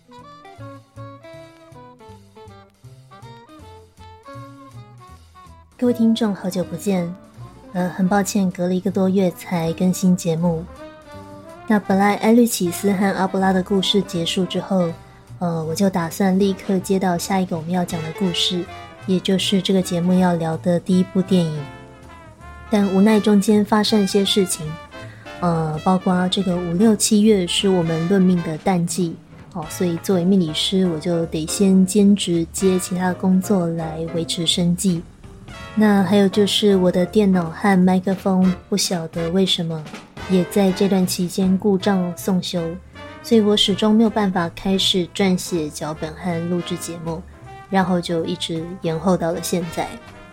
各位听众，好久不见。很抱歉，隔了1个多月才更新节目。那本来埃律启斯和阿布拉的故事结束之后，我就打算立刻接到下一个我们要讲的故事，也就是这个节目要聊的第一部电影。但无奈中间发生一些事情，包括这个5、6、7月是我们论命的淡季，所以作为命理师，我就得先兼职接其他工作来维持生计。那还有就是我的电脑和麦克风不晓得为什么也在这段期间故障送修，所以我始终没有办法开始撰写脚本和录制节目，然后就一直延后到了现在。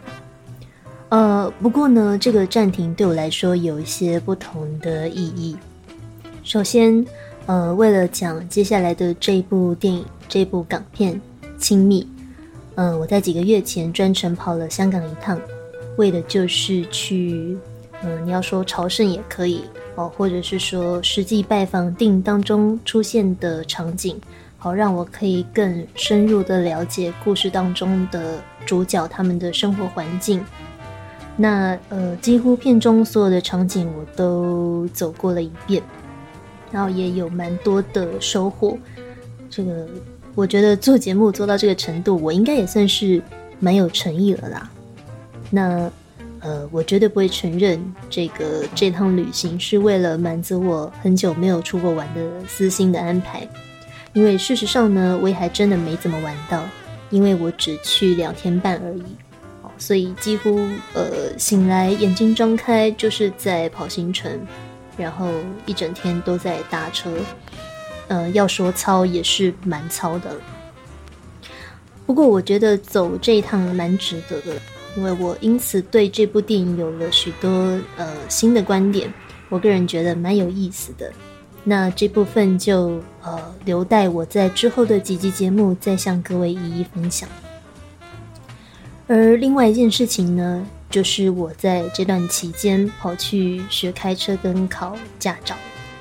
不过呢，这个暂停对我来说有一些不同的意义。首先，为了讲接下来的这一部电影，这部港片《亲密》，我在几个月前专程跑了香港一趟，为的就是去，你要说朝圣也可以，或者是说实际拜访电影当中出现的场景，好让我可以更深入的了解故事当中的主角他们的生活环境。那几乎片中所有的场景我都走过了一遍，然后也有蛮多的收获。这个我觉得做节目做到这个程度，我应该也算是蛮有诚意了啦。那我绝对不会承认这趟旅行是为了满足我很久没有出国玩的私心的安排，因为事实上呢，我也还真的没怎么玩到，因为我只去2天半而已。所以几乎醒来眼睛张开就是在跑行程，然后一整天都在搭车，要说操也是蛮操的。不过我觉得走这一趟蛮值得的，因为我因此对这部电影有了许多新的观点，我个人觉得蛮有意思的。那这部分就留待我在之后的几集节目再向各位一一分享。而另外一件事情呢，就是我在这段期间跑去学开车跟考驾照。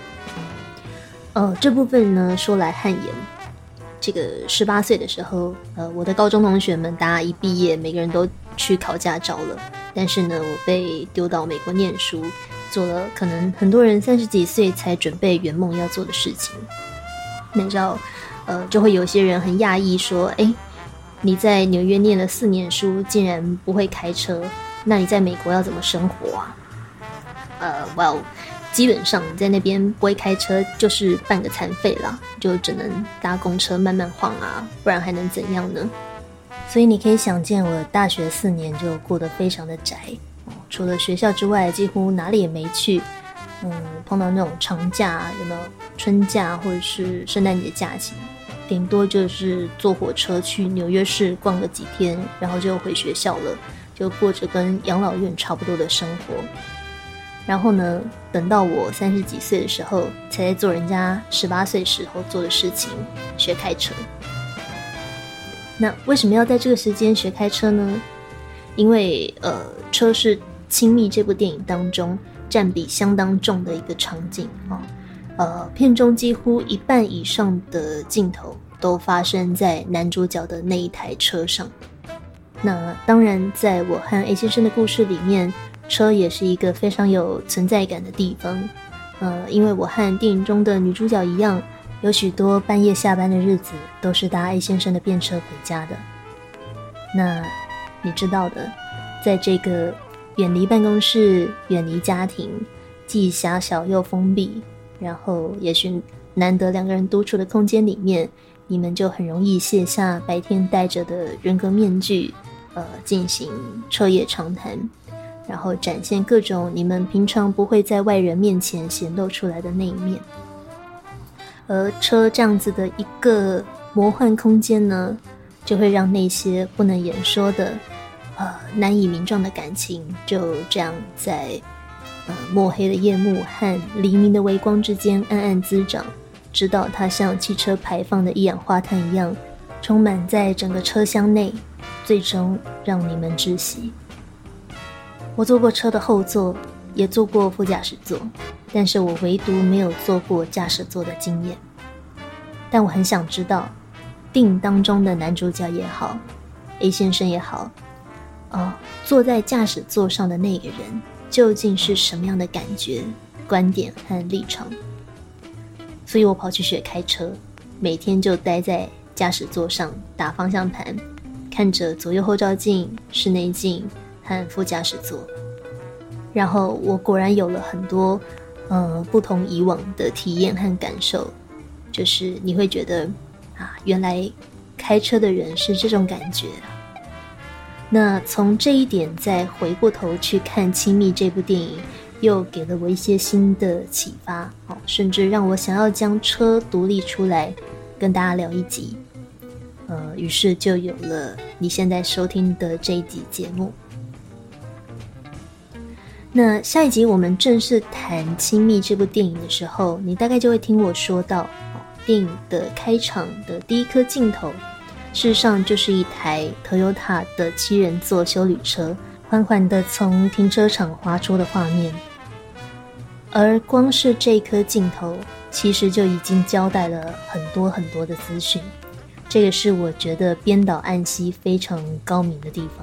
这部分呢说来汗颜，这个18岁的时候，我的高中同学们大家一毕业每个人都去考驾照了，但是呢我被丢到美国念书，做了可能很多人30几岁才准备圆梦要做的事情。那你知道就会有些人很讶异说，你在纽约念了4年书竟然不会开车，那你在美国要怎么生活啊？基本上在那边不会开车就是半个残废啦，就只能搭公车慢慢晃啊，不然还能怎样呢？所以你可以想见我大学4年就过得非常的宅，除了学校之外几乎哪里也没去。碰到那种长假，有没有春假或者是圣诞节假期，顶多就是坐火车去纽约市逛个几天，然后就回学校了，就过着跟养老院差不多的生活。然后呢，等到我30几岁的时候，才在做人家18岁时候做的事情，学开车。那为什么要在这个时间学开车呢？因为车是《亲密》这部电影当中占比相当重的一个场景片中几乎1半以上的镜头都发生在男主角的那一台车上。那当然在我和 A 先生的故事里面，车也是一个非常有存在感的地方。因为我和电影中的女主角一样，有许多半夜下班的日子都是搭 A 先生的便车回家的。那你知道的，在这个远离办公室、远离家庭，既狭小又封闭，然后也许难得2个人独处的空间里面，你们就很容易卸下白天戴着的人格面具，进行彻夜长谈，然后展现各种你们平常不会在外人面前显露出来的那一面。而车这样子的一个魔幻空间呢，就会让那些不能言说的难以名状的感情，就这样在墨黑的夜幕和黎明的微光之间暗暗滋长，直到它像汽车排放的一氧化碳一样，充满在整个车厢内，最终让你们窒息。我坐过车的后座，也坐过副驾驶座，但是我唯独没有坐过驾驶座的经验。 但我很想知道，电影当中的男主角也好， A 先生也好，坐在驾驶座上的那个人究竟是什么样的感觉、观点和立场。所以我跑去学开车，每天就待在驾驶座上打方向盘，看着左右后照镜、室内镜和副驾驶座。然后我果然有了很多不同以往的体验和感受，就是你会觉得原来开车的人是这种感觉啊。那从这一点再回过头去看《亲密》这部电影，又给了我一些新的启发，甚至让我想要将车独立出来跟大家聊一集。于是就有了你现在收听的这一集节目。那下一集我们正式谈《亲密》这部电影的时候，你大概就会听我说到，电影的开场的第一颗镜头，事实上就是一台 Toyota 的7人座休旅车缓缓地从停车场滑出的画面。而光是这颗镜头，其实就已经交代了很多很多的资讯。这个是我觉得编导暗析非常高明的地方。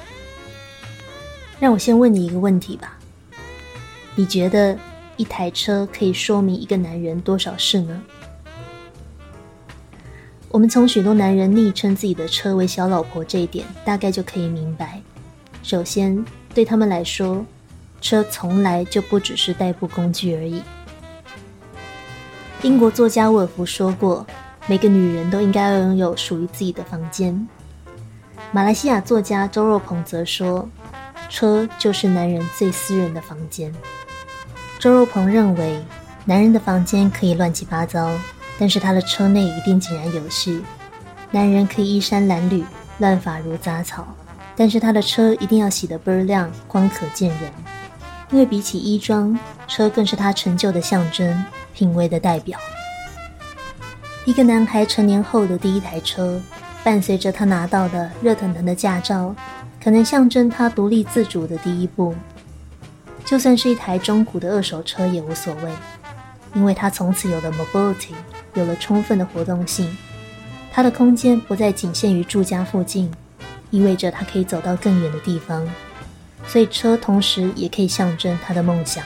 让我先问你一个问题吧，你觉得一台车可以说明一个男人多少事呢？我们从许多男人昵称自己的车为小老婆这一点，大概就可以明白。首先，对他们来说，车从来就不只是代步工具而已。英国作家沃尔夫说过，每个女人都应该要拥有属于自己的房间。马来西亚作家周若鹏则说，车就是男人最私人的房间。周若鹏认为，男人的房间可以乱七八糟，但是他的车内一定井然有序。男人可以衣衫褴褛，乱发如杂草，但是他的车一定要洗得倍儿亮，光可见人。因为比起衣装，车更是他成就的象征，品味的代表。一个男孩成年后的第一台车，伴随着他拿到的热腾腾的驾照，可能象征他独立自主的第一步。就算是一台中古的二手车也无所谓，因为他从此有了 mobility， 有了充分的活动性。他的空间不再仅限于住家附近，意味着他可以走到更远的地方。所以车同时也可以象征他的梦想。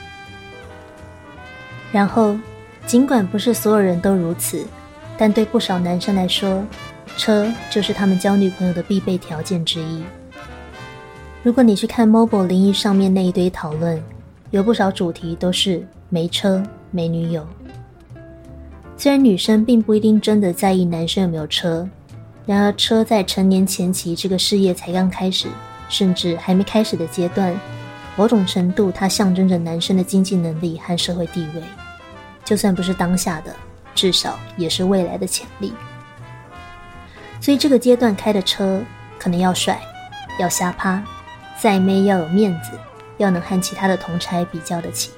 然后，尽管不是所有人都如此，但对不少男生来说，车就是他们交女朋友的必备条件之一。如果你去看 Mobile 01上面那一堆讨论，有不少主题都是没车没女友。虽然女生并不一定真的在意男生有没有车，然而车在成年前期这个事业才刚开始，甚至还没开始的阶段，某种程度它象征着男生的经济能力和社会地位，就算不是当下的，至少也是未来的潜力。所以这个阶段开的车可能要帅，要瞎趴，再妹要有面子，要能和其他的同差比较得起。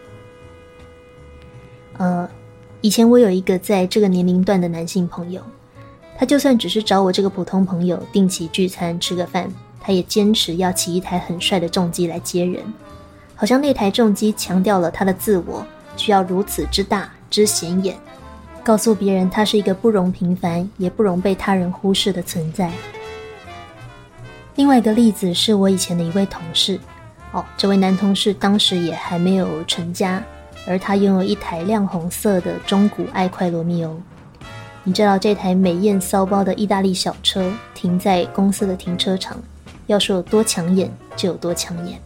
以前我有一个在这个年龄段的男性朋友，他就算只是找我这个普通朋友定期聚餐吃个饭，他也坚持要骑一台很帅的重机来接人，好像那台重机强调了他的自我需要如此之大之显眼，告诉别人他是一个不容平凡也不容被他人忽视的存在。另外一个例子是我以前的一位同事，这位男同事当时也还没有成家，而他拥有一台亮红色的中古爱快罗密欧。你知道这台美艳骚包的意大利小车停在公司的停车场，要说有多抢眼就有多抢眼。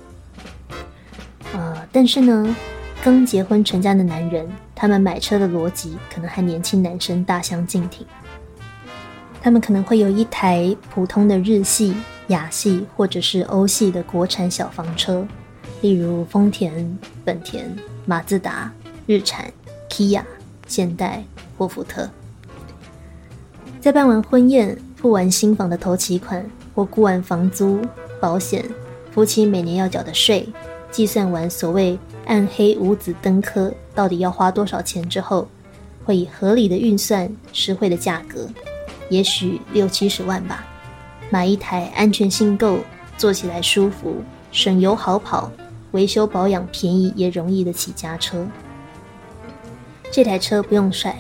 但是呢，刚结婚成家的男人，他们买车的逻辑可能和年轻男生大相径庭。他们可能会有一台普通的日系、亚系或者是欧系的国产小房车，例如丰田、本田、马自达、日产、Kia、现代、霍福特。在办完婚宴、付完新房的头期款，或估完房租、保险、夫妻每年要缴的税，计算完所谓暗黑五子登科到底要花多少钱之后，会以合理的运算、实惠的价格，也许60-70万吧，买一台安全性够、坐起来舒服、省油好跑、维修保养便宜也容易的起家车。这台车不用帅，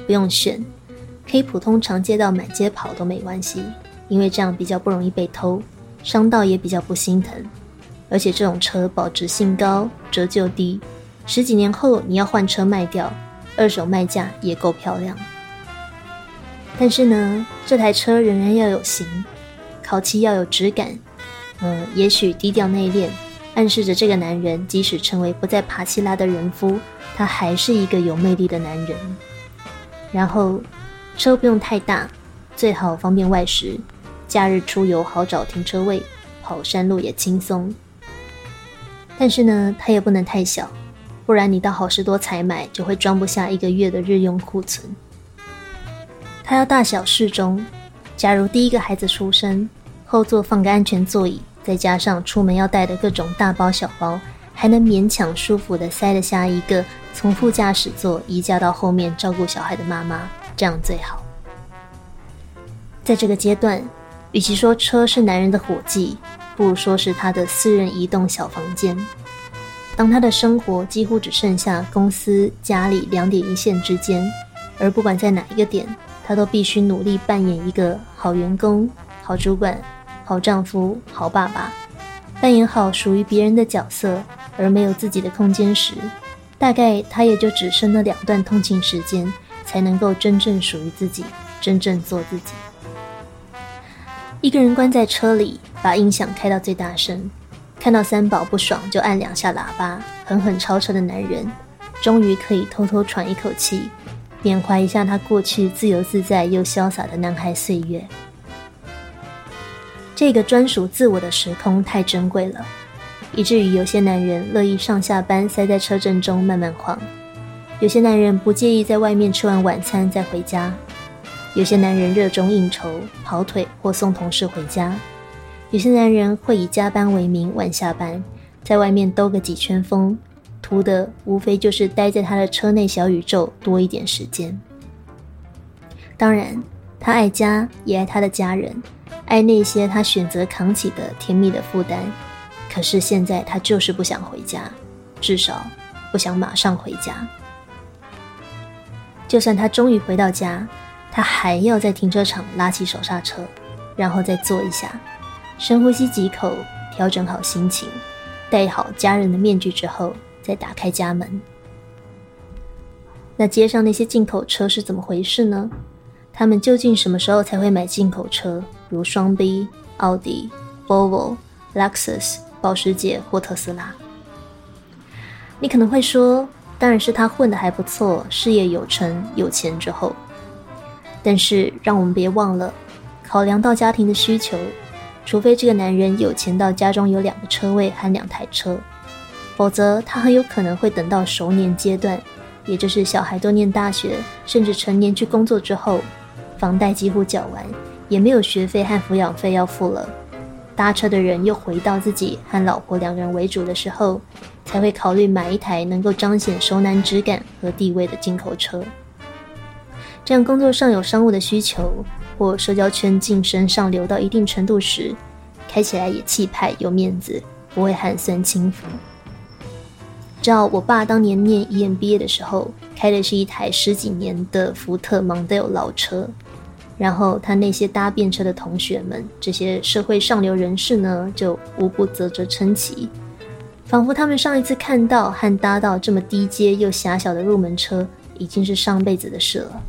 不用选，可以普通长街道满街跑都没关系，因为这样比较不容易被偷，伤到也比较不心疼。而且这种车保值性高，折旧低，10几年后你要换车卖掉，二手卖价也够漂亮。但是呢，这台车仍然要有型，烤漆要有质感，也许低调内敛，暗示着这个男人即使成为不再爬起拉的人夫，他还是一个有魅力的男人。然后车不用太大，最好方便外食，假日出游好找停车位，跑山路也轻松。但是呢，它也不能太小，不然你到好市多采买就会装不下1个月的日用库存。它要大小适中，假如第一个孩子出生，后座放个安全座椅，再加上出门要带的各种大包小包，还能勉强舒服地塞得下一个从副驾驶座移驾到后面照顾小孩的妈妈，这样最好。在这个阶段，与其说车是男人的伙计，不如说是他的私人移动小房间。当他的生活几乎只剩下公司、家里2点一线之间，而不管在哪一个点，他都必须努力扮演一个好员工、好主管、好丈夫、好爸爸，扮演好属于别人的角色，而没有自己的空间时，大概他也就只剩那2段通勤时间，才能够真正属于自己，真正做自己。一个人关在车里，把音响开到最大声，看到三宝不爽就按2下喇叭，狠狠超车的男人，终于可以偷偷喘一口气，缅怀一下他过去自由自在又潇洒的男孩岁月。这个专属自我的时空太珍贵了，以至于有些男人乐意上下班塞在车阵中慢慢晃，有些男人不介意在外面吃完晚餐再回家，有些男人热衷应酬，跑腿或送同事回家，有些男人会以加班为名晚下班，在外面兜个几圈风，图的无非就是待在他的车内小宇宙多一点时间。当然，他爱家，也爱他的家人，爱那些他选择扛起的甜蜜的负担。可是现在他就是不想回家，至少不想马上回家。就算他终于回到家，他还要在停车场拉起手刹车，然后再坐一下，深呼吸几口，调整好心情，戴好家人的面具之后，再打开家门。那街上那些进口车是怎么回事呢？他们究竟什么时候才会买进口车，如双 B、奥迪、Volvo、Lexus、保时捷或特斯拉？你可能会说，当然是他混得还不错，事业有成，有钱之后。但是让我们别忘了，考量到家庭的需求，除非这个男人有钱到家中有2个车位和2台车，否则他很有可能会等到熟年阶段，也就是小孩都念大学，甚至成年去工作之后，房贷几乎缴完，也没有学费和抚养费要付了，搭车的人又回到自己和老婆2个人为主的时候，才会考虑买一台能够彰显熟男质感和地位的进口车。这样工作上有商务的需求，或社交圈晋升上流到一定程度时，开起来也气派有面子，不会寒酸轻浮。照我爸当年念EMBA 的时候，开的是一台10几年的福特 Mondeo 老车，然后他那些搭便车的同学们，这些社会上流人士呢，就无不啧啧称奇，仿佛他们上一次看到和搭到这么低阶又狭小的入门车，已经是上辈子的事了。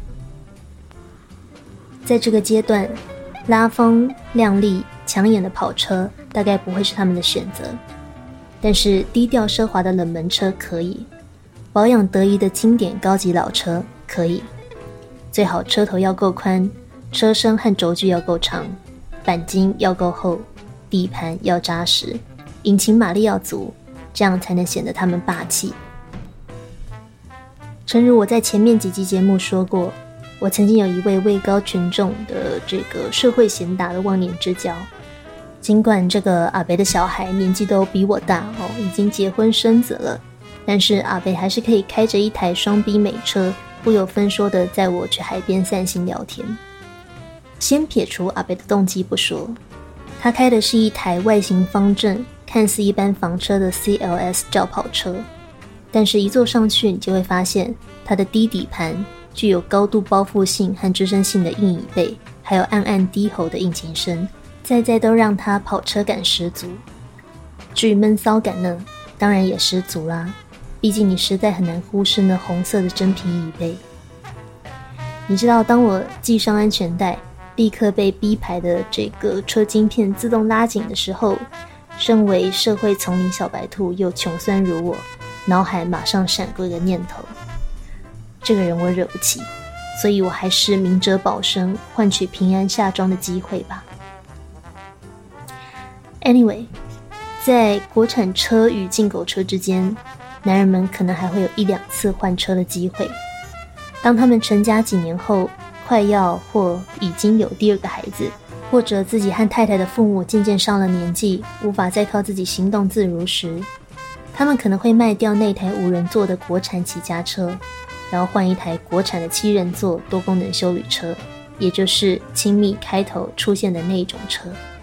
在这个阶段，拉风、亮丽、抢眼的跑车大概不会是他们的选择，但是低调奢华的冷门车可以，保养得宜的经典高级老车可以，最好车头要够宽，车身和轴距要够长，钣金要够厚，底盘要扎实，引擎马力要足，这样才能显得他们霸气。诚如我在前面几集节目说过，我曾经有一位位高权重的这个社会贤达的忘年之交，尽管这个阿伯的小孩年纪都比我大已经结婚生子了，但是阿伯还是可以开着一台双 B 美车，不由分说的载我去海边散心聊天。先撇除阿伯的动机不说，他开的是一台外形方正，看似一般房车的 CLS 轿跑车，但是一坐上去你就会发现它的低底盘、 具有高度包覆性和支撑性的硬椅背，还有暗暗低吼的引擎声，在都让它跑车感十足。至于闷骚感呢，当然也十足啦，毕竟你实在很难忽视那红色的真皮椅背。你知道当我系上安全带，立刻被 B 排的这个车晶片自动拉紧的时候，身为社会丛林小白兔又穷酸如我，脑海马上闪过一个念头，这个人我惹不起，所以我还是明哲保身，换取平安下庄的机会吧。Anyway， 在国产车与进口车之间，男人们可能还会有1-2次换车的机会。当他们成家几年后，快要或已经有第二个孩子，或者自己和太太的父母渐渐上了年纪，无法再靠自己行动自如时，他们可能会卖掉那台5人座的国产起家车，然后换一台国产的7人座多功能休旅车，也就是亲密开头出现的那一种车。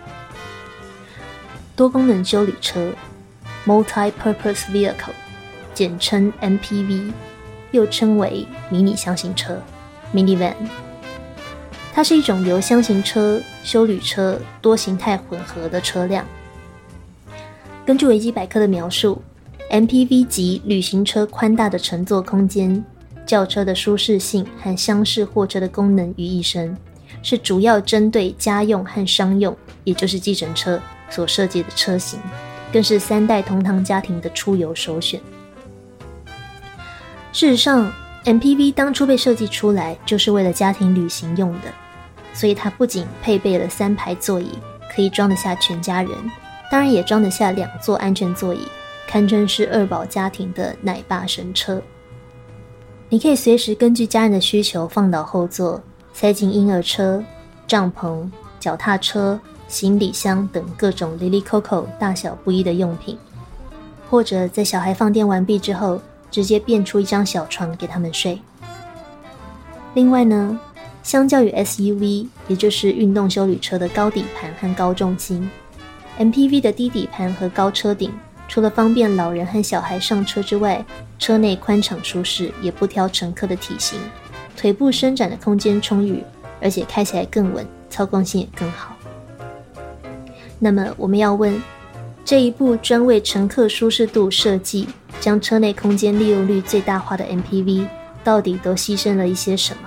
多功能休旅车 Multi-Purpose Vehicle， 简称 MPV， 又称为迷你箱型车 Minivan。 它是一种由箱型车、休旅车多形态混合的车辆。根据维基百科的描述， MPV 即旅行车宽大的乘坐空间、轿车的舒适性和厢式货车的功能于一身，是主要针对家用和商用，也就是计程车所设计的车型，更是3代同堂家庭的出游首选。事实上， MPV 当初被设计出来就是为了家庭旅行用的，所以它不仅配备了3排座椅，可以装得下全家人，当然也装得下2座安全座椅，堪称是2宝家庭的奶爸神车。你可以随时根据家人的需求放倒后座，塞进婴儿车、帐篷、脚踏车、行李箱等各种哩哩扣扣大小不一的用品，或者在小孩放电完毕之后，直接变出一张小床给他们睡。另外呢，相较于 SUV， 也就是运动休旅车的高底盘和高重心， MPV 的低底盘和高车顶，除了方便老人和小孩上车之外，车内宽敞舒适，也不挑乘客的体型，腿部伸展的空间充裕，而且开起来更稳，操控性也更好。那么我们要问，这一部专为乘客舒适度设计，将车内空间利用率最大化的 MPV 到底都牺牲了一些什么？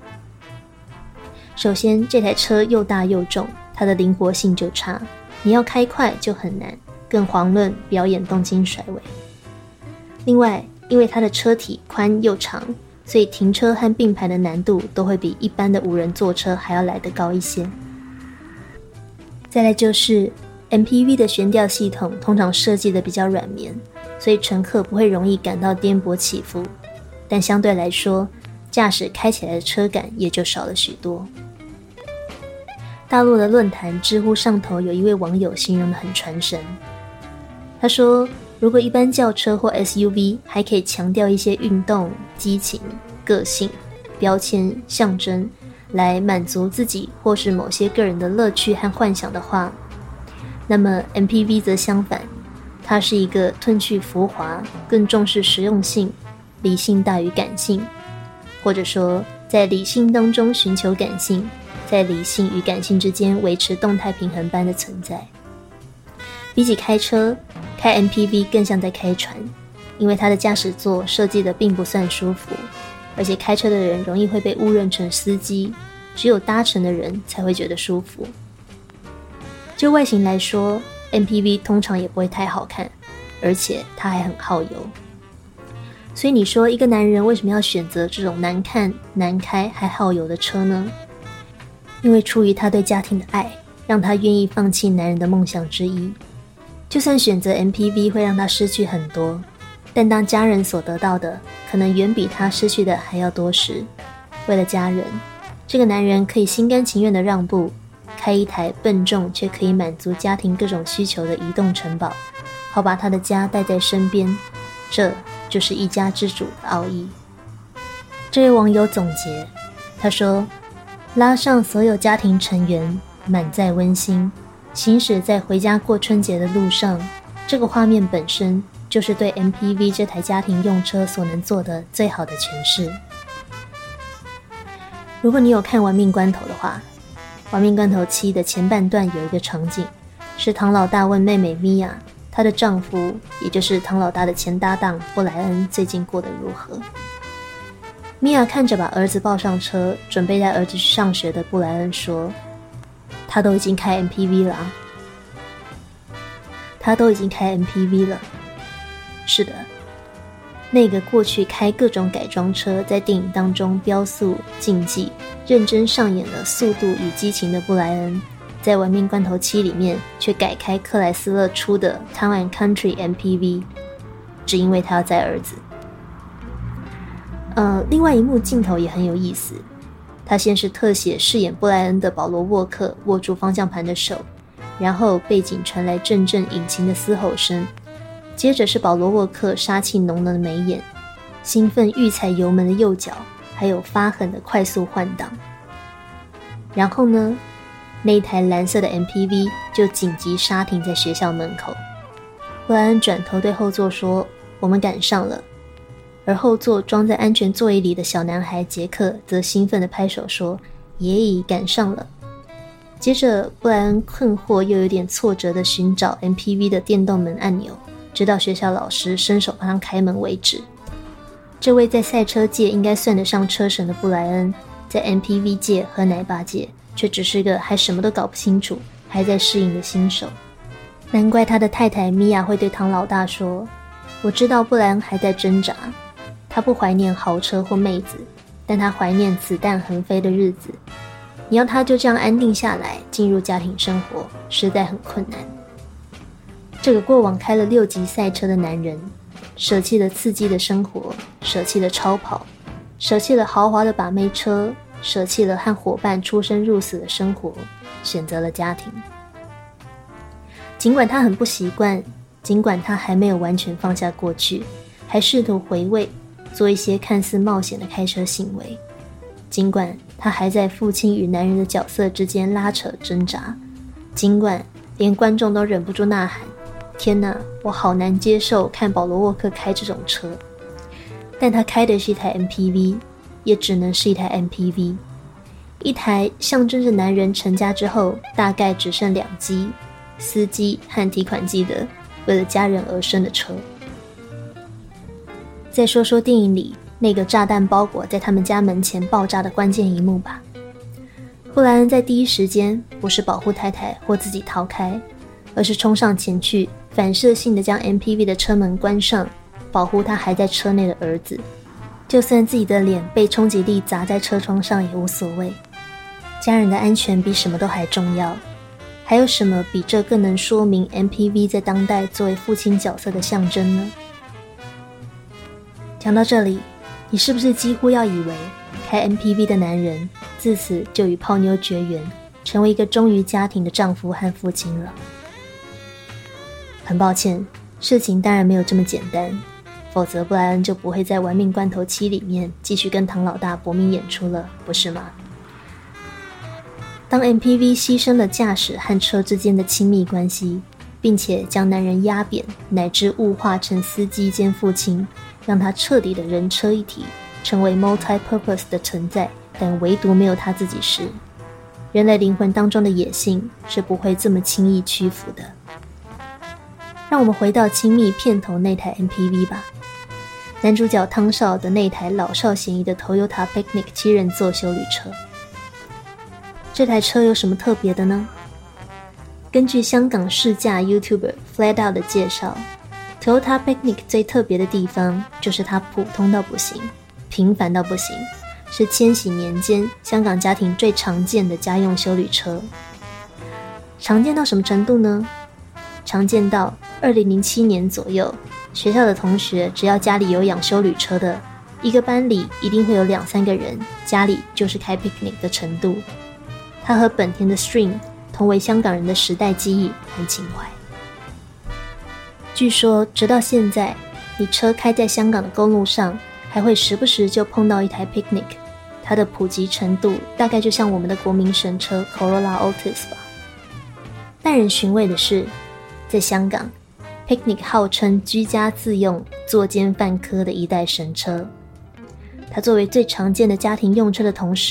首先，这台车又大又重，它的灵活性就差，你要开快就很难，更遑论表演动筋甩尾。另外，因为它的车体宽又长，所以停车和并排的难度都会比一般的5人座车还要来得高一些。再来就是 MPV 的悬吊系统通常设计的比较软绵，所以乘客不会容易感到颠簸起伏，但相对来说，驾驶开起来的车感也就少了许多。大陆的论坛知乎上头有一位网友形容得很传神，他说，如果一般轿车或 SUV 还可以强调一些运动、激情、个性、标签、象征，来满足自己或是某些个人的乐趣和幻想的话，那么 MPV 则相反，它是一个褪去浮华，更重视实用性，理性大于感性，或者说在理性当中寻求感性，在理性与感性之间维持动态平衡般的存在。比起开车，开 MPV 更像在开船，因为它的驾驶座设计的并不算舒服，而且开车的人容易会被误认成司机，只有搭乘的人才会觉得舒服。就外形来说， MPV 通常也不会太好看，而且它还很耗油。所以你说一个男人为什么要选择这种难看、难开还耗油的车呢？因为出于他对家庭的爱，让他愿意放弃男人的梦想之一。就算选择 MPV 会让他失去很多，但当家人所得到的可能远比他失去的还要多时，为了家人，这个男人可以心甘情愿地让步，开一台笨重却可以满足家庭各种需求的移动城堡，好把他的家带在身边，这就是一家之主的奥义。这位网友总结，他说，拉上所有家庭成员，满载温馨，行驶在回家过春节的路上，这个画面本身就是对 MPV 这台家庭用车所能做的最好的诠释。 如果你有看《玩命关头》的话，《玩命关头7》的前半段有一个场景，是唐老大问妹妹米娅，她的丈夫，也就是唐老大的前搭档布莱恩最近过得如何。米娅看着把儿子抱上车，准备带儿子去上学的布莱恩说，他都已经开 MPV 了啊。他都已经开 MPV 了。是的，那个过去开各种改装车，在电影当中飙速竞技，认真上演了速度与激情的布莱恩，在《玩命关头7》里面却改开克莱斯勒出的 Town & Country MPV， 只因为他要载儿子。另外一幕镜头也很有意思，他先是特写饰演布莱恩的保罗沃克握住方向盘的手，然后背景传来阵阵引擎的嘶吼声，接着是保罗沃克杀气浓浓的眉眼，兴奋欲踩油门的右脚，还有发狠的快速换挡。然后呢，那一台蓝色的 MPV 就紧急刹停在学校门口。布莱恩转头对后座说，我们赶上了。而后座装在安全座椅里的小男孩杰克则兴奋地拍手说，耶，赶上了。接着布莱恩困惑又有点挫折地寻找 MPV 的电动门按钮，直到学校老师伸手帮他开门为止。这位在赛车界应该算得上车神的布莱恩，在 MPV 界和奶爸界却只是个还什么都搞不清楚，还在适应的新手。难怪他的太太米娅会对唐老大说，我知道布莱恩还在挣扎，他不怀念豪车或妹子，但他怀念子弹横飞的日子。你要他就这样安定下来，进入家庭生活，实在很困难。这个过往开了6级赛车的男人，舍弃了刺激的生活，舍弃了超跑，舍弃了豪华的把妹车，舍弃了和伙伴出生入死的生活，选择了家庭。尽管他很不习惯，尽管他还没有完全放下过去，还试图回味，做一些看似冒险的开车行为，尽管他还在父亲与男人的角色之间拉扯挣扎，尽管连观众都忍不住呐喊，天哪，我好难接受看保罗沃克开这种车。但他开的是一台 MPV， 也只能是一台 MPV， 一台象征着男人成家之后大概只剩2机，司机和提款机的为了家人而生的车。再说说电影里那个炸弹包裹在他们家门前爆炸的关键一幕吧。布莱恩在第一时间不是保护太太或自己逃开，而是冲上前去，反射性地将 MPV 的车门关上，保护他还在车内的儿子。就算自己的脸被冲击力砸在车窗上也无所谓，家人的安全比什么都还重要。还有什么比这更能说明 MPV 在当代作为父亲角色的象征呢？讲到这里，你是不是几乎要以为开 MPV 的男人自此就与泡妞绝缘，成为一个忠于家庭的丈夫和父亲了？很抱歉，事情当然没有这么简单，否则布莱恩就不会在《玩命关头7》里面继续跟唐老大搏命演出了，不是吗？当 MPV 牺牲了驾驶和车之间的亲密关系，并且将男人压扁乃至物化成司机兼父亲，让他彻底的人车一体，成为 multi-purpose 的存在，但唯独没有他自己时，人类灵魂当中的野性是不会这么轻易屈服的。让我们回到亲密片头那台 MPV 吧，男主角汤少的那台老少咸宜的 Toyota Picnic 7人座休旅车。这台车有什么特别的呢？根据香港试驾 YouTuber Flat Out 的介绍， Toyota Picnic 最特别的地方就是它普通到不行，平凡到不行，是千禧年间香港家庭最常见的家用休旅车。常见到什么程度呢？常见到2007年左右，学校的同学只要家里有养休旅车的，一个班里一定会有2-3个人家里就是开 Picnic 的程度。它和本田的 Stream 同为香港人的时代记忆和情怀。据说直到现在，你车开在香港的公路上，还会时不时就碰到一台 Picnic， 它的普及程度大概就像我们的国民神车 Corolla Altis 吧。耐人寻味的是，在香港 Picnic 号称居家自用、作奸犯科的一代神车。它作为最常见的家庭用车的同时，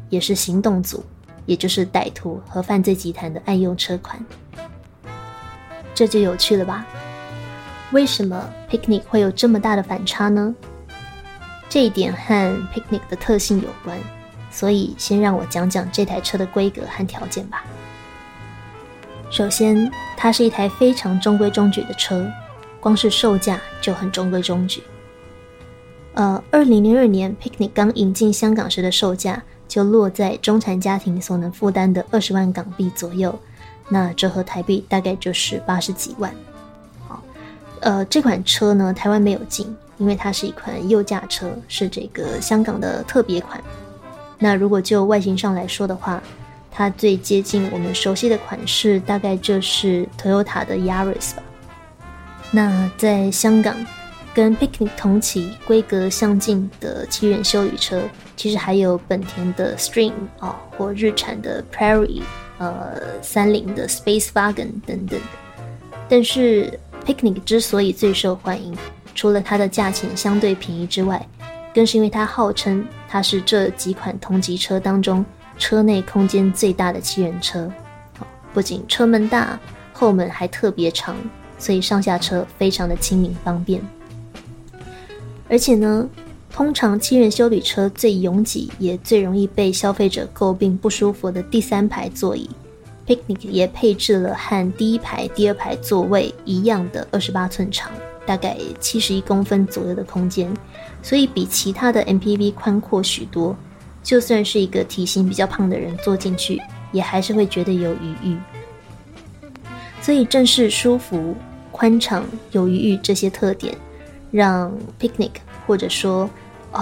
也是行动组，也就是歹徒和犯罪集团的爱用车款。这就有趣了吧？为什么 Picnic 会有这么大的反差呢？这一点和 Picnic 的特性有关，所以先让我讲讲这台车的规格和条件吧。首先，它是一台非常中规中矩的车，光是售价就很中规中矩。2002年 Picnic 刚引进香港时的售价就落在中产家庭所能负担的20万港币左右，那折合台币大概就是80几万。这款车呢，台湾没有进，因为它是一款右驾车，是这个香港的特别款。那如果就外形上来说的话，它最接近我们熟悉的款式大概就是 Toyota 的 Yaris 吧。那在香港跟 Picnic 同期规格相近的7人休旅车，其实还有本田的 Stream 或日产的 Prairie， 三菱的 Space Wagon 等等。但是 Picnic 之所以最受欢迎，除了它的价钱相对便宜之外，更是因为它号称它是这几款同级车当中车内空间最大的7人车。不仅车门大，后门还特别长，所以上下车非常的轻敏方便。而且呢，通常7人休旅车最拥挤也最容易被消费者诟病不舒服的第3排座椅， Picnic 也配置了和第一排、第二排座位一样的28寸长，大概71公分左右的空间，所以比其他的 MPV 宽阔许多，就算是一个体型比较胖的人坐进去，也还是会觉得有余裕。所以正是舒服、宽敞、有余裕这些特点，让 Picnic 或者说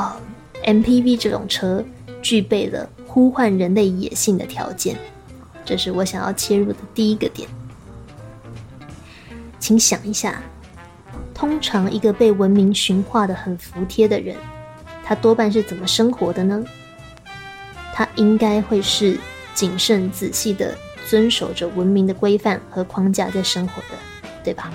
MPV 这种车具备了呼唤人类野性的条件。这是我想要切入的第一个点。请想一下，通常一个被文明驯化的很服帖的人，他多半是怎么生活的呢？他应该会是谨慎仔细的遵守着文明的规范和框架在生活的，对吧？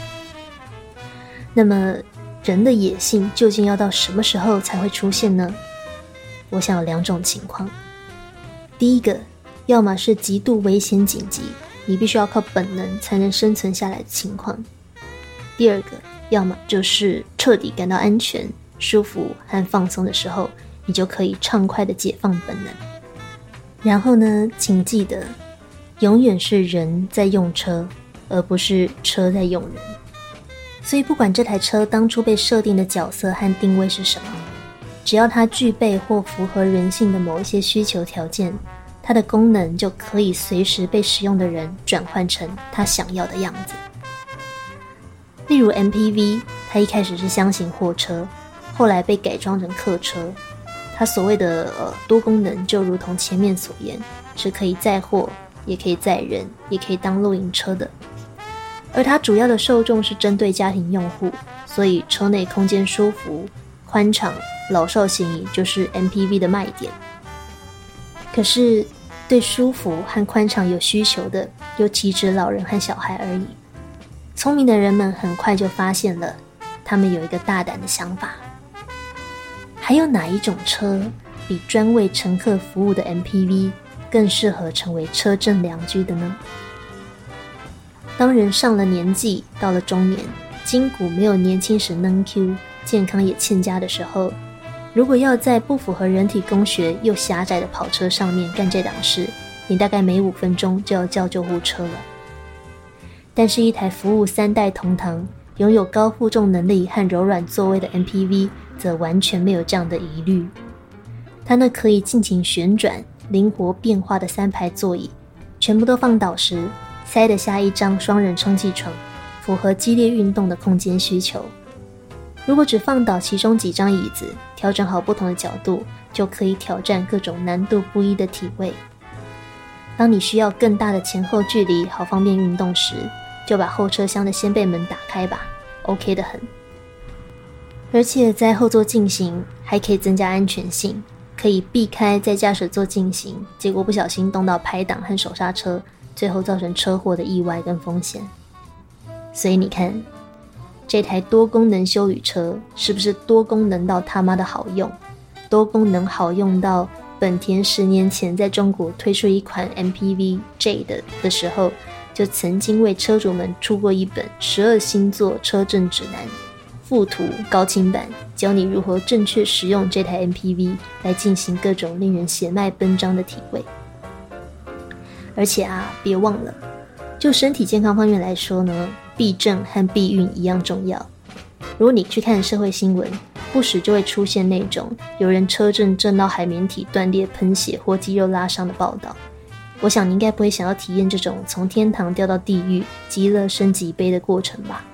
那么人的野性究竟要到什么时候才会出现呢？我想有2种情况。第一个，要么是极度危险紧急，你必须要靠本能才能生存下来的情况。第二个，要么就是彻底感到安全、舒服和放松的时候，你就可以畅快的解放本能。然后呢，请记得，永远是人在用车，而不是车在用人。所以不管这台车当初被设定的角色和定位是什么，只要它具备或符合人性的某一些需求条件，它的功能就可以随时被使用的人转换成他想要的样子。例如 MPV， 它一开始是箱型货车，后来被改装成客车。它所谓的多功能，就如同前面所言，是可以载货，也可以载人，也可以当露营车的。而它主要的受众是针对家庭用户，所以车内空间舒服、宽敞、老少咸宜，就是 MPV 的卖点。可是对舒服和宽敞有需求的，又岂止老人和小孩而已。聪明的人们很快就发现了，他们有一个大胆的想法。还有哪一种车比专为乘客服务的 MPV 更适合成为车阵良驹的呢？当人上了年纪，到了中年，筋骨没有年轻时能 Q， 健康也欠佳的时候，如果要在不符合人体工学又狭窄的跑车上面干这档事，你大概每5分钟就要叫救护车了。但是一台服务3代同堂、拥有高负重能力和柔软座位的 MPV 则完全没有这样的疑虑。它那可以尽情旋转、灵活变化的3排座椅，全部都放倒时塞得下一张双人充气床，符合激烈运动的空间需求。如果只放倒其中几张椅子，调整好不同的角度，就可以挑战各种难度不一的体位。当你需要更大的前后距离，好方便运动时，就把后车厢的掀背门打开吧， OK 得很。而且在后座进行还可以增加安全性，可以避开在驾驶座进行，结果不小心动到排档和手刹车，最后造成车祸的意外跟风险。所以你看，这台多功能休旅车是不是多功能到他妈的好用？多功能好用到本田10年前在中国推出一款 MPV Jade 的时候，就曾经为车主们出过一本12星座车震指南，附图高清版，教你如何正确使用这台 MPV 来进行各种令人血脉奔张的体位。而且别忘了，就身体健康方面来说呢，避震和避孕一样重要。如果你去看社会新闻，不时就会出现那种有人车震震到海绵体断裂喷血或肌肉拉伤的报道。我想你应该不会想要体验这种从天堂掉到地狱极乐升级杯的过程吧。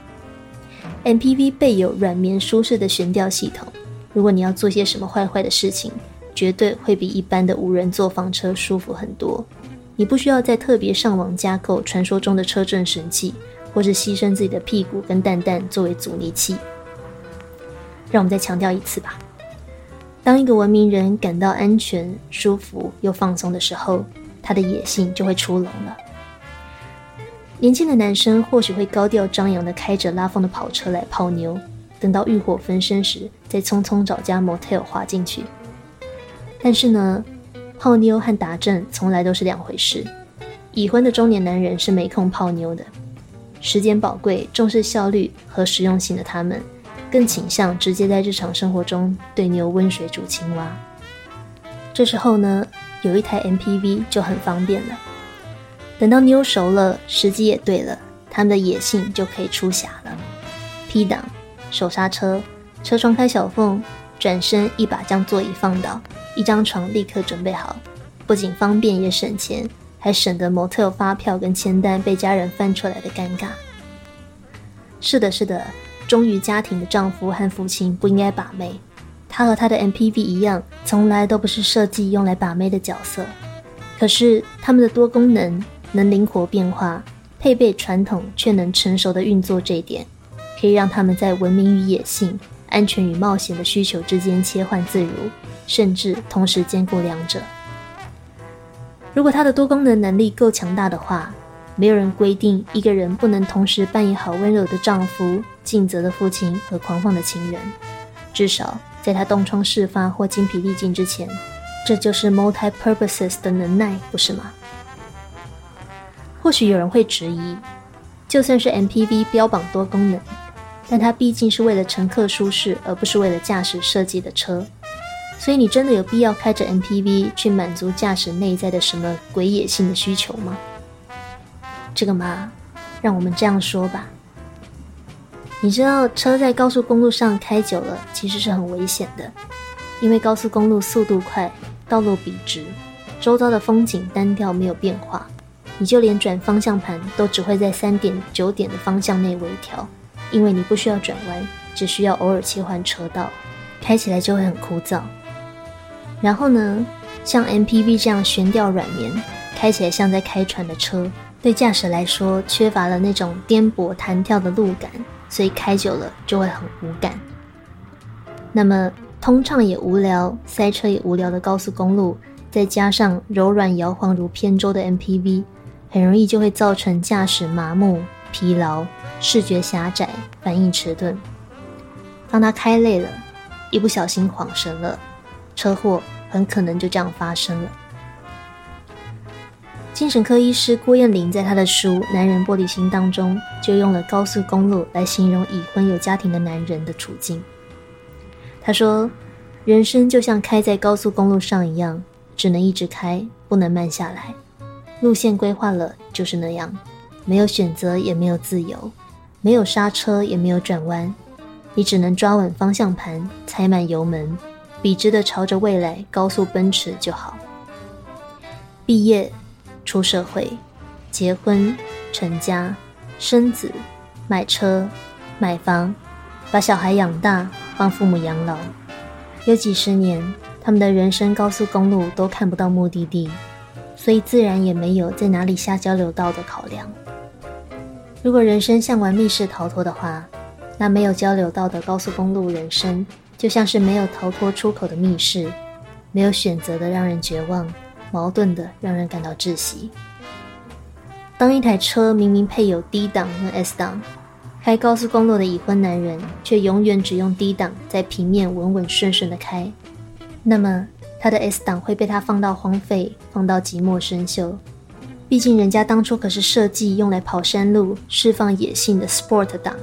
MPV 备有软绵舒适的悬吊系统，如果你要做些什么坏的事情，绝对会比一般的无人座房车舒服很多。你不需要再特别上网加购传说中的车震神器，或是牺牲自己的屁股跟蛋蛋作为阻尼器。让我们再强调一次吧，当一个文明人感到安全、舒服又放松的时候，他的野性就会出笼了。年轻的男生或许会高调张扬地开着拉风的跑车来泡妞，等到欲火焚身时再匆匆找家 motel 滑进去。但是呢，泡妞和打针从来都是两回事。已婚的中年男人是没空泡妞的，时间宝贵、重视效率和实用性的他们，更倾向直接在日常生活中对妞温水煮青蛙。这时候呢，有一台 MPV 就很方便了。等到妞熟了，时机也对了，他们的野性就可以出匣了。P 档、手刹车、车窗开小缝，转身一把将座椅放倒，一张床立刻准备好，不仅方便也省钱，还省得 motel 发票跟签单被家人翻出来的尴尬。是的，忠于家庭的丈夫和父亲不应该把妹，他和他的 MPV 一样，从来都不是设计用来把妹的角色。可是他们的多功能，能灵活变化，配备传统却能成熟的运作，这一点可以让他们在文明与野性、安全与冒险的需求之间切换自如，甚至同时兼顾两者。如果他的多功能能力够强大的话，没有人规定一个人不能同时扮演好温柔的丈夫、尽责的父亲和狂放的情人。至少在他东窗事发或精疲力尽之前，这就是 multi-purposes 的能耐，不是吗？或许有人会质疑，就算是 MPV 标榜多功能，但它毕竟是为了乘客舒适，而不是为了驾驶设计的车。所以你真的有必要开着 MPV 去满足驾驶内在的什么鬼野性的需求吗？这个嘛，让我们这样说吧。你知道车在高速公路上开久了其实是很危险的，因为高速公路速度快，道路笔直，周遭的风景单调没有变化，你就连转方向盘都只会在3.9点的方向内微调，因为你不需要转弯，只需要偶尔切换车道，开起来就会很枯燥。然后呢，像 MPV 这样悬吊软绵，开起来像在开船的车，对驾驶来说缺乏了那种颠簸弹跳的路感，所以开久了就会很无感。那么通畅也无聊，塞车也无聊的高速公路，再加上柔软摇晃如扁舟的 MPV， 很容易就会造成驾驶麻木、疲劳、视觉狭窄、反应迟钝。当他开累了，一不小心晃神了，车祸很可能就这样发生了。精神科医师郭燕玲在他的书《男人玻璃心》当中，就用了高速公路来形容已婚有家庭的男人的处境。他说，人生就像开在高速公路上一样，只能一直开，不能慢下来。路线规划了就是那样，没有选择也没有自由，没有刹车也没有转弯，你只能抓稳方向盘，踩满油门，笔直地朝着未来高速奔驰就好。毕业、出社会、结婚、成家、生子、买车、买房，把小孩养大，帮父母养老，有几十年，他们的人生高速公路都看不到目的地，所以自然也没有在哪里下交流道的考量。如果人生像玩密室逃脱的话，那没有交流道的高速公路人生，就像是没有逃脱出口的密室，没有选择的让人绝望，矛盾的让人感到窒息。当一台车明明配有 D 档跟 S 档，开高速公路的已婚男人却永远只用 D 档在平面稳稳顺顺的开，那么他的 S 档会被他放到荒废，放到寂寞生锈。毕竟人家当初可是设计用来跑山路、释放野性的 Sport 档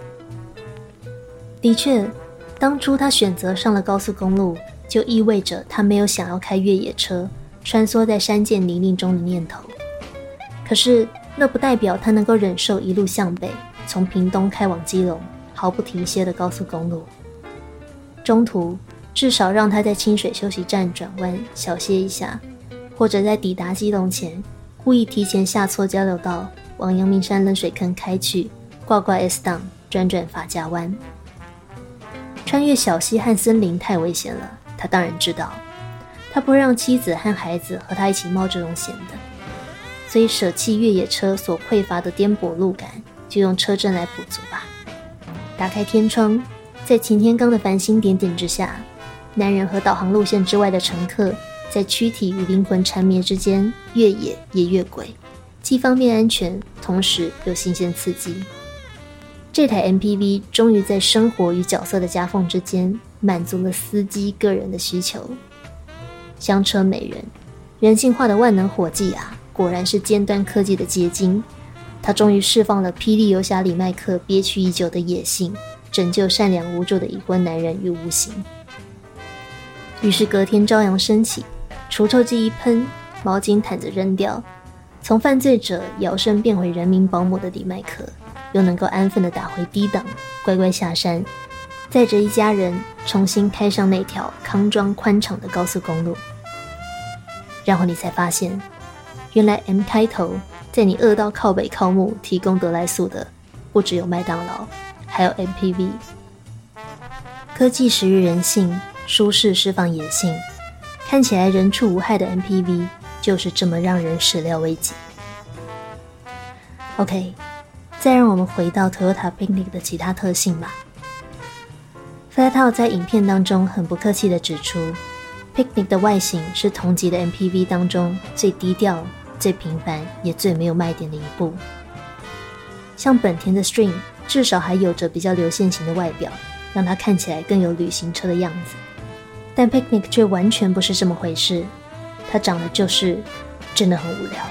的确，当初他选择上了高速公路，就意味着他没有想要开越野车，穿梭在山涧泥泞中的念头。可是那不代表他能够忍受一路向北，从屏东开往基隆，毫不停歇的高速公路。中途至少让他在清水休息站转弯小歇一下，或者在抵达基隆前故意提前下错交流道，往阳明山冷水坑开去，挂挂 S 档，转转法家湾。穿越小溪和森林太危险了，他当然知道，他不会让妻子和孩子和他一起冒这种险的，所以舍弃越野车所匮乏的颠簸路感，就用车震来补足吧。打开天窗，在擎天岗的繁星点点之下，男人和导航路线之外的乘客在躯体与灵魂缠绵之间越野也越轨，既方便安全，同时又新鲜刺激。这台 MPV 终于在生活与角色的夹缝之间满足了司机个人的需求。香车美人，人性化的万能伙计啊，果然是尖端科技的结晶。他终于释放了霹雳游侠李麦克憋屈已久的野性，拯救善良无助的已婚男人于无形。于是隔天朝阳升起，除臭剂一喷，毛巾毯子扔掉，从犯罪者摇身变回人民保姆的李麦克，又能够安分地打回低档，乖乖下山，载着一家人重新开上那条康庄宽敞的高速公路。然后你才发现，原来 M 开头在你饿到靠北靠木提供得来速的，不只有麦当劳，还有 MPV。 科技食育人性，舒适释放野性，看起来人畜无害的 MPV 就是这么让人始料未及。 OK， 再让我们回到 Toyota Picnic 的其他特性吧。 Flatout 在影片当中很不客气地指出， Picnic 的外形是同级的 MPV 当中最低调、最平凡也最没有卖点的一部。像本田的 Stream 至少还有着比较流线型的外表，让它看起来更有旅行车的样子，但 Picnic 却完全不是这么回事，它长得就是真的很无聊。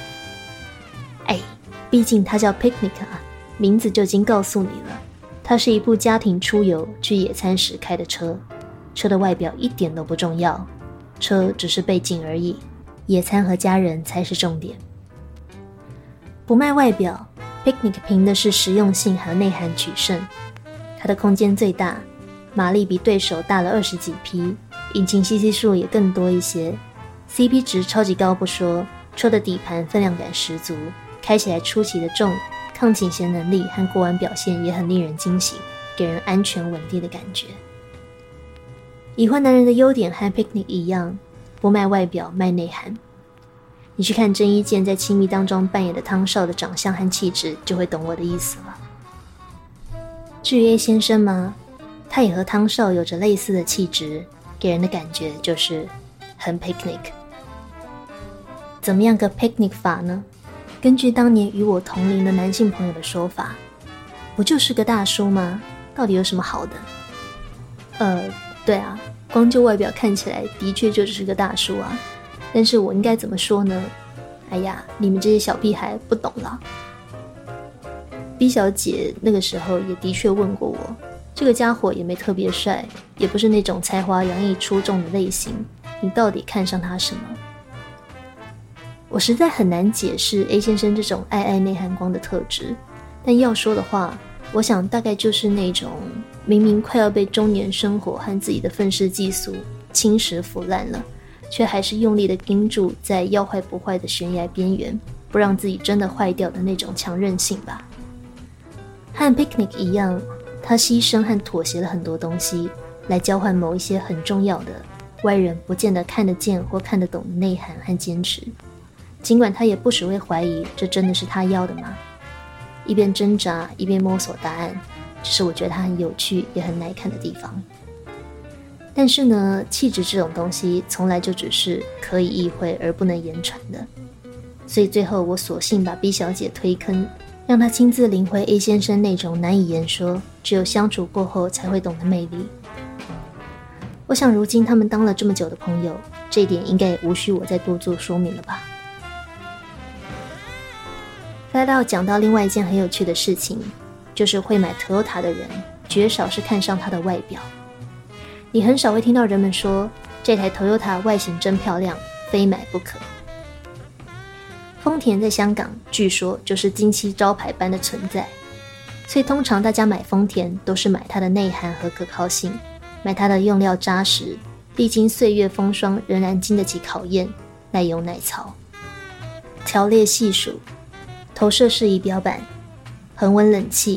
毕竟它叫 Picnic 啊，名字就已经告诉你了，它是一部家庭出游去野餐时开的车，车的外表一点都不重要，车只是背景而已，野餐和家人才是重点。不卖外表， Picnic 凭的是实用性和内涵取胜。它的空间最大，马力比对手大了20几匹，引擎 CC 数也更多一些， CP 值超级高不说，车的底盘分量感十足，开起来出奇的重，抗倾斜能力和过弯表现也很令人惊喜，给人安全稳定的感觉。已婚男人的优点和 Picnic 一样，不卖外表，卖内涵。你去看郑伊健在亲密当中扮演的汤少的长相和气质，就会懂我的意思了。至于 A 先生嘛，他也和汤少有着类似的气质，给人的感觉就是很 Picnic。 怎么样个 Picnic 法呢？根据当年与我同龄的男性朋友的说法，不就是个大叔吗？到底有什么好的？对啊，光就外表看起来的确就只是个大叔啊，但是我应该怎么说呢？哎呀，你们这些小屁孩不懂啦。B 小姐那个时候也的确问过我，这个家伙也没特别帅，也不是那种才华洋溢出众的类型，你到底看上他什么？我实在很难解释 A 先生这种爱爱内涵光的特质，但要说的话，我想大概就是那种明明快要被中年生活和自己的愤世嫉俗侵蚀腐烂了，却还是用力的盯住在要坏不坏的悬崖边缘，不让自己真的坏掉的那种强韧性吧。和 Picnic 一样，他牺牲和妥协了很多东西，来交换某一些很重要的外人不见得看得见或看得懂的内涵和坚持。尽管他也不时会怀疑这真的是他要的吗？一边挣扎一边摸索答案，这是我觉得他很有趣也很耐看的地方。但是呢，气质这种东西从来就只是可以意会而不能言传的，所以最后我索性把 B 小姐推坑，让她亲自领会 A 先生那种难以言说，只有相处过后才会懂的魅力。 我想如今他们当了这么久的朋友，这一点应该也无需我再多做说明了吧。再到讲到另外一件很有趣的事情，就是会买 Toyota 的人绝少是看上它的外表。你很少会听到人们说这台 Toyota 外形真漂亮，非买不可。丰田在香港据说就是金漆招牌般的存在，所以通常大家买丰田都是买它的内涵和可靠性，买它的用料扎实，历经岁月风霜仍然经得起考验，耐油耐操。条列细数，投射式仪表板，恒温冷气，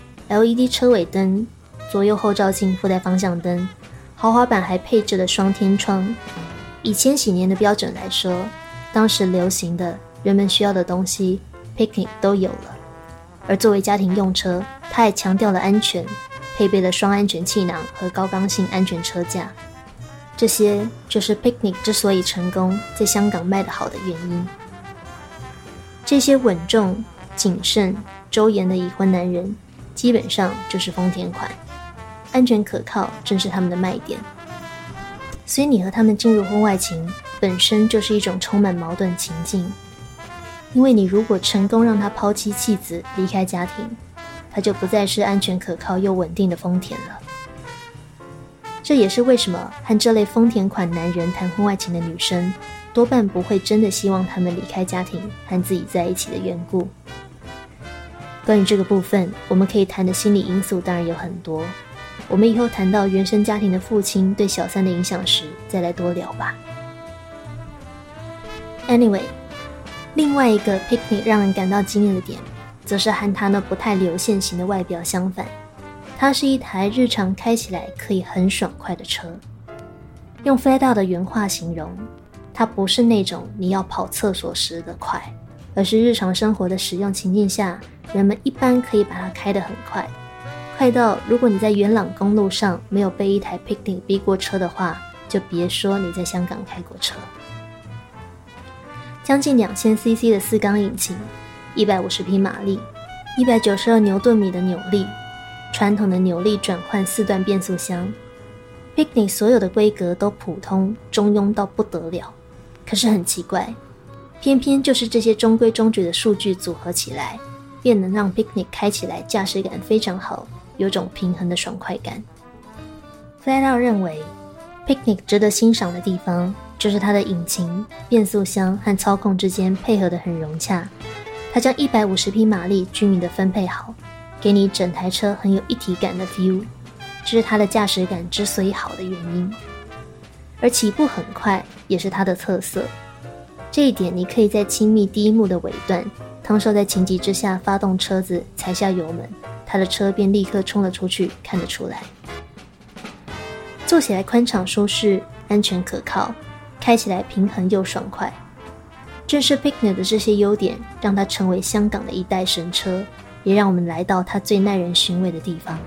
LED 车尾灯，左右后照镜附带方向灯，豪华版还配置了双天窗。以千禧年的标准来说，当时流行的人们需要的东西 Picnic 都有了。而作为家庭用车，它还强调了安全，配备了双安全气囊和高刚性安全车架。这些就是 Picnic 之所以成功在香港卖得好的原因。这些稳重、谨慎、周延的已婚男人基本上就是丰田款，安全可靠正是他们的卖点。所以你和他们进入婚外情本身就是一种充满矛盾情境，因为你如果成功让他抛妻弃子离开家庭，他就不再是安全可靠又稳定的丰田了。这也是为什么和这类丰田款男人谈婚外情的女生多半不会真的希望他们离开家庭和自己在一起的缘故。关于这个部分，我们可以谈的心理因素当然有很多，我们以后谈到原生家庭的父亲对小三的影响时再来多聊吧。Anyway， 另外一个 Picnic 让人感到惊艳的点，则是和它那不太流线型的外表相反，它是一台日常开起来可以很爽快的车。用 Flat Out 的原话形容，它不是那种你要跑厕所时的快，而是日常生活的使用情境下，人们一般可以把它开得很快，快到如果你在元朗公路上没有被一台 Picnic 逼过车的话，就别说你在香港开过车。将近2000cc 的4缸引擎，150匹马力，192牛顿米的扭力，传统的扭力转换4段变速箱。Picnic 所有的规格都普通中庸到不得了，可是很奇怪，偏偏就是这些中规中矩的数据组合起来，便能让 Picnic 开起来驾驶感非常好，有种平衡的爽快感。Flat Out 认为 Picnic 值得欣赏的地方就是它的引擎、变速箱和操控之间配合得很融洽，它将150匹马力均匀地分配好，给你整台车很有一体感的 feel， 这是它的驾驶感之所以好的原因。而起步很快也是它的特色，这一点你可以在亲密第一幕的尾段，汤少在情急之下发动车子踩下油门，他的车便立刻冲了出去，看得出来。坐起来宽敞舒适，安全可靠，开起来平衡又爽快。正是 Picnic 的这些优点，让它成为香港的一代神车，也让我们来到它最耐人寻味的地方。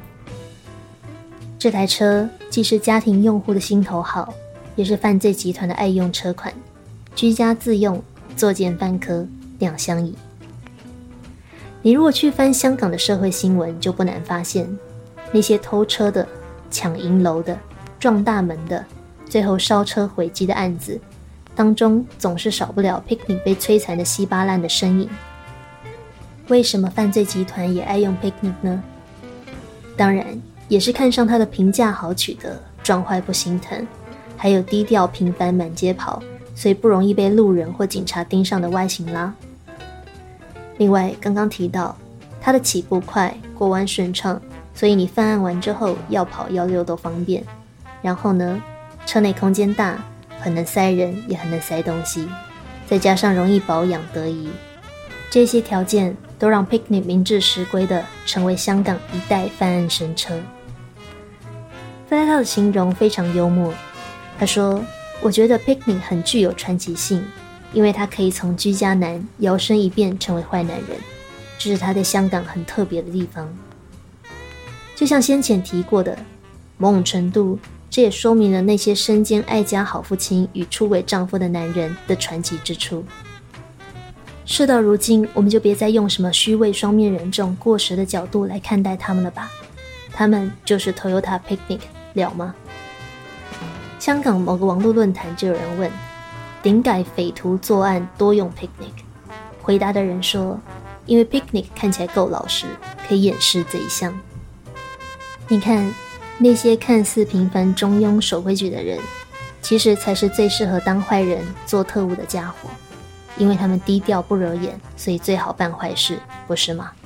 这台车既是家庭用户的心头好，也是犯罪集团的爱用车款，居家自用，作奸犯科，两相宜。你如果去翻香港的社会新闻，就不难发现，那些偷车的、抢银楼的、撞大门的，最后烧车毁机的案子当中，总是少不了 Picnic 被摧残的稀巴烂的身影。为什么犯罪集团也爱用 Picnic 呢？当然也是看上它的平价好取得，撞坏不心疼，还有低调频繁满街跑，所以不容易被路人或警察盯上的外形啦。另外刚刚提到它的起步快，过弯顺畅，所以你犯案完之后要跑要溜都方便。然后呢，车内空间大，很能塞人，也很能塞东西，再加上容易保养得宜，这些条件都让 Picnic 明至实归的成为香港一代犯案神车。Flat Out 的形容非常幽默，他说，我觉得 Picnic 很具有传奇性，因为他可以从居家男摇身一变成为坏男人，这是他在香港很特别的地方。就像先前提过的，某种程度这也说明了那些身兼爱家好父亲与出轨丈夫的男人的传奇之处。事到如今，我们就别再用什么虚伪双面人这种过时的角度来看待他们了吧，他们就是 Toyota Picnic， 了吗？ 香港某个网络论坛就有人问，顶解匪徒作案多用 picnic？ 回答的人说，因为 picnic 看起来够老实，可以掩饰这一项。你看，那些看似平凡中庸守规矩的人，其实才是最适合当坏人做特务的家伙，因为他们低调不惹眼，所以最好办坏事，不是吗？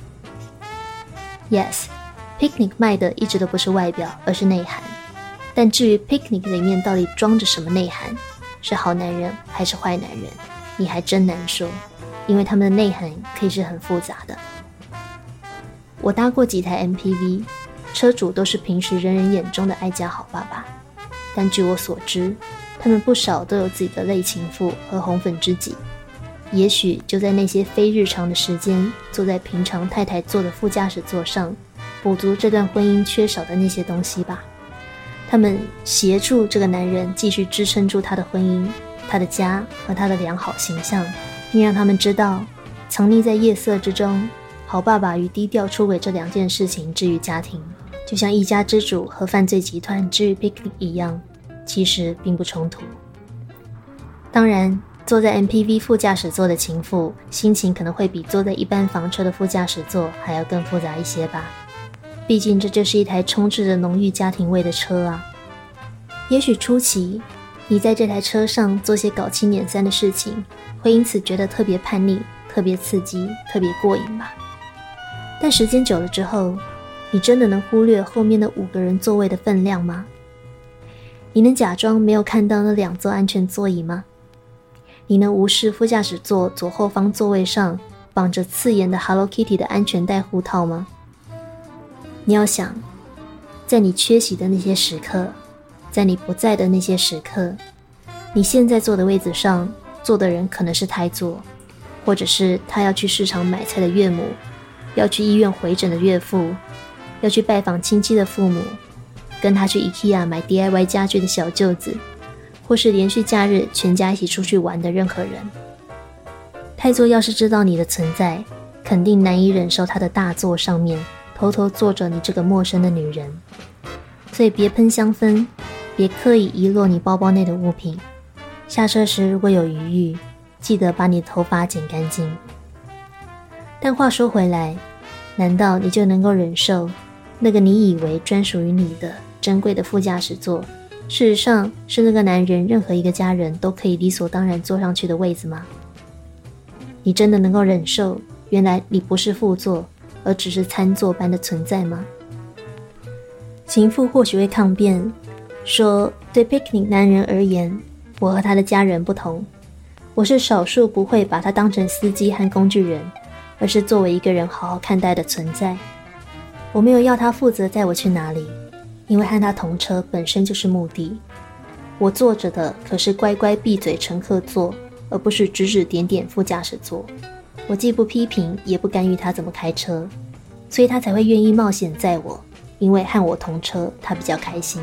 Yes， picnic 卖的一直都不是外表，而是内涵。但至于 picnic 里面到底装着什么内涵，是好男人还是坏男人，你还真难说，因为他们的内涵可以是很复杂的。我搭过几台 MPV， 车主都是平时人人眼中的爱家好爸爸，但据我所知，他们不少都有自己的类情妇和红粉知己，也许就在那些非日常的时间，坐在平常太太坐的副驾驶座上，补足这段婚姻缺少的那些东西吧。他们协助这个男人继续支撑住他的婚姻、他的家和他的良好形象，并让他们知道，藏匿在夜色之中，好爸爸与低调出轨这两件事情之于家庭，就像一家之主和犯罪集团之于 picnic 一样，其实并不冲突。当然，坐在 MPV 副驾驶座的情妇，心情可能会比坐在一般房车的副驾驶座还要更复杂一些吧。毕竟这就是一台充斥着浓郁家庭味的车啊。也许初期，你在这台车上做些搞七捻三的事情，会因此觉得特别叛逆、特别刺激、特别过瘾吧。但时间久了之后，你真的能忽略后面的5个人座位的分量吗？你能假装没有看到那2座安全座椅吗？你能无视副驾驶座左后方座位上绑着刺眼的 Hello Kitty 的安全带护套吗？你要想，在你缺席的那些时刻，在你不在的那些时刻，你现在坐的位子上坐的人可能是胎座，或者是他要去市场买菜的岳母，要去医院回诊的岳父，要去拜访亲戚的父母，跟他去 IKEA 买 DIY 家具的小舅子，或是连续假日全家一起出去玩的任何人。胎座要是知道你的存在，肯定难以忍受他的大座上面偷偷坐着你这个陌生的女人。所以别喷香氛，别刻意遗落你包包内的物品，下车时如果有余裕，记得把你的头发剪干净。但话说回来，难道你就能够忍受那个你以为专属于你的珍贵的副驾驶座，事实上是那个男人任何一个家人都可以理所当然坐上去的位子吗？你真的能够忍受原来你不是副座，而只是餐座般的存在吗？情妇或许会抗辩说，对 picnic 男人而言，我和他的家人不同，我是少数不会把他当成司机和工具人，而是作为一个人好好看待的存在。我没有要他负责载我去哪里，因为和他同车本身就是目的。我坐着的可是乖乖闭嘴乘客座，而不是指指点点副驾驶座。我既不批评也不干预他怎么开车，所以他才会愿意冒险载我，因为和我同车他比较开心。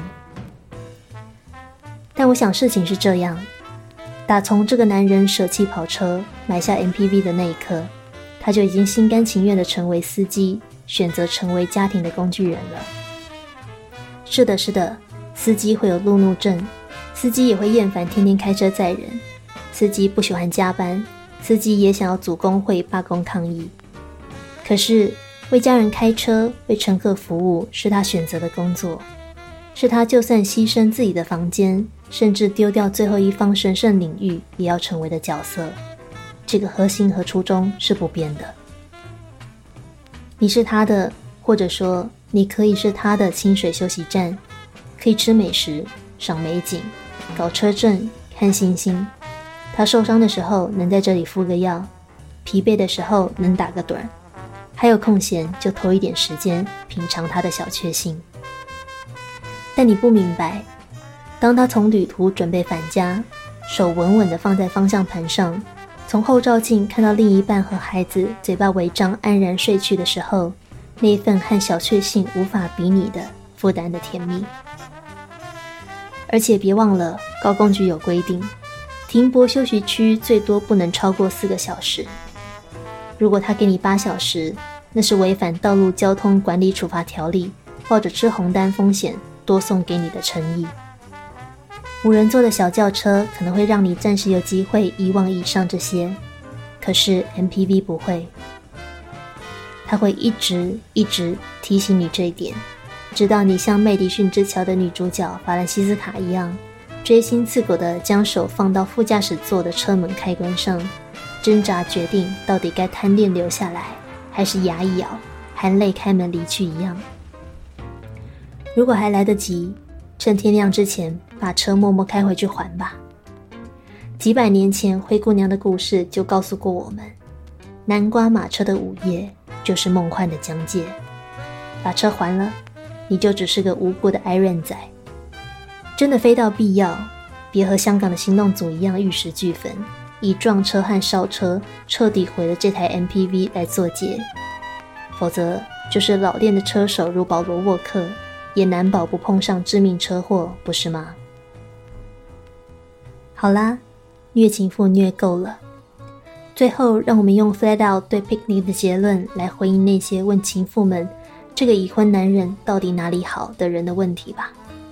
但我想事情是这样，打从这个男人舍弃跑车买下 MPV 的那一刻，他就已经心甘情愿地成为司机，选择成为家庭的工具人了。是的，是的，司机会有路怒症，司机也会厌烦天天开车载人，司机不喜欢加班，司机也想要组工会罢工抗议。可是为家人开车，为乘客服务是他选择的工作，是他就算牺牲自己的房间，甚至丢掉最后一方神圣领域也要成为的角色。这个核心和初衷是不变的。你是他的，或者说你可以是他的清水休息站，可以吃美食、赏美景、搞车震、看星星。他受伤的时候能在这里敷个药，疲惫的时候能打个盹儿，还有空闲就偷一点时间品尝他的小确幸。但你不明白，当他从旅途准备返家，手稳稳地放在方向盘上，从后照镜看到另一半和孩子嘴巴围张安然睡去的时候，那一份和小确幸无法比拟的负担的甜蜜。而且别忘了，高工局有规定，停泊休息区最多不能超过4个小时。如果他给你8小时，那是违反道路交通管理处罚条例，抱着吃红单风险多送给你的诚意。 无人坐的小轿车可能会让你暂时有机会遗忘以上这些，可是 MPV 不会，它会一直提醒你这一点，直到你像麦迪逊之桥的女主角法兰西斯卡一样，锥心刺骨地将手放到副驾驶座的车门开关上，挣扎决定到底该贪恋留下来，还是牙一咬，含泪开门离去一样。如果还来得及，趁天亮之前把车默默开回去还吧。几百年前灰姑娘的故事就告诉过我们，南瓜马车的午夜就是梦幻的疆界。把车还了，你就只是个无辜的 Iron 仔。真的非到必要，别和香港的行动组一样玉石俱焚，以撞车和烧车彻底毁了这台 MPV 来作结。否则就是老练的车手如保罗沃克，也难保不碰上致命车祸，不是吗？好啦，虐情妇虐够了。最后让我们用 Flat Out 对 Picnic 的结论来回应那些问情妇们这个已婚男人到底哪里好的人的问题吧。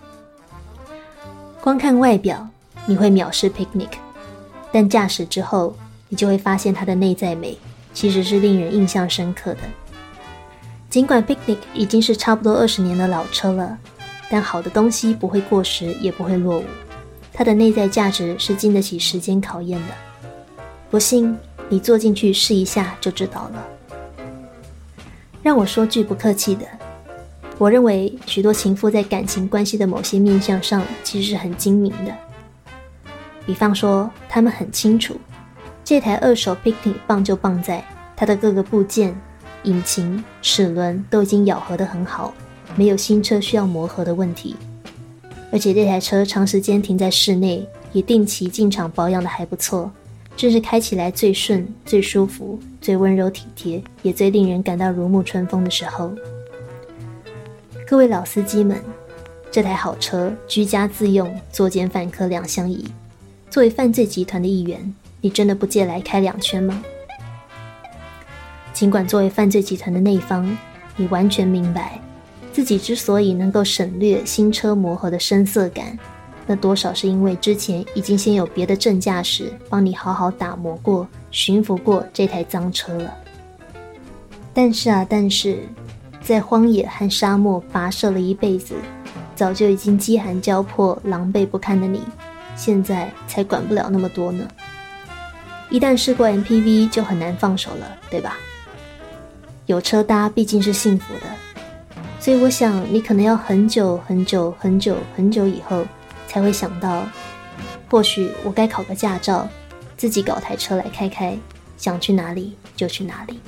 光看外表你会藐视 Picnic， 但驾驶之后你就会发现他的内在美其实是令人印象深刻的。尽管 Picnic 已经是差不多20年的老车了，但好的东西不会过时也不会落伍，它的内在价值是经得起时间考验的。不信你坐进去试一下就知道了。让我说句不客气的，我认为许多情妇在感情关系的某些面向上其实是很精明的。比方说他们很清楚这台二手 Picnic 棒就棒在它的各个部件、引擎、齿轮都已经咬合得很好，没有新车需要磨合的问题。而且这台车长时间停在室内，也定期进厂保养得还不错，这是开起来最顺、最舒服、最温柔体贴，也最令人感到如沐春风的时候。各位老司机们，这台好车居家自用，作奸犯科两相宜。作为犯罪集团的一员，你真的不借来开2圈吗？尽管作为犯罪集团的那一方，你完全明白自己之所以能够省略新车磨合的生涩感，那多少是因为之前已经先有别的正驾驶帮你好好打磨过、驯服过这台脏车了。但是在荒野和沙漠跋涉了一辈子，早就已经饥寒交迫、狼狈不堪的你，现在才管不了那么多呢。一旦试过 MPV 就很难放手了，对吧？有车搭毕竟是幸福的，所以我想你可能要很久以后才会想到，或许我该考个驾照，自己搞台车来开开，想去哪里就去哪里。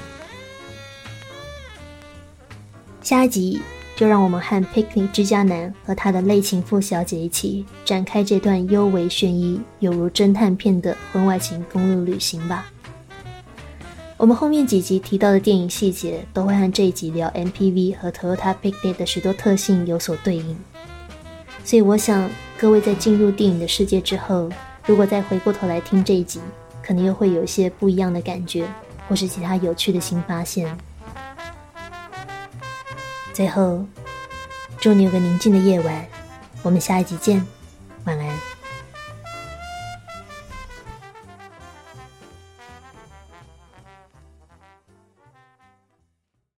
下一集就让我们和 Picnic 之家男和他的类情妇小姐一起展开这段幽微悬疑、犹如侦探片的婚外情公路旅行吧。我们后面几集提到的电影细节都会和这一集聊 MPV 和 Toyota Picnic 的许多特性有所对应，所以我想各位在进入电影的世界之后，如果再回过头来听这一集，可能又会有一些不一样的感觉，或是其他有趣的新发现。最后，祝你有个宁静的夜晚，我们下一集见，晚安。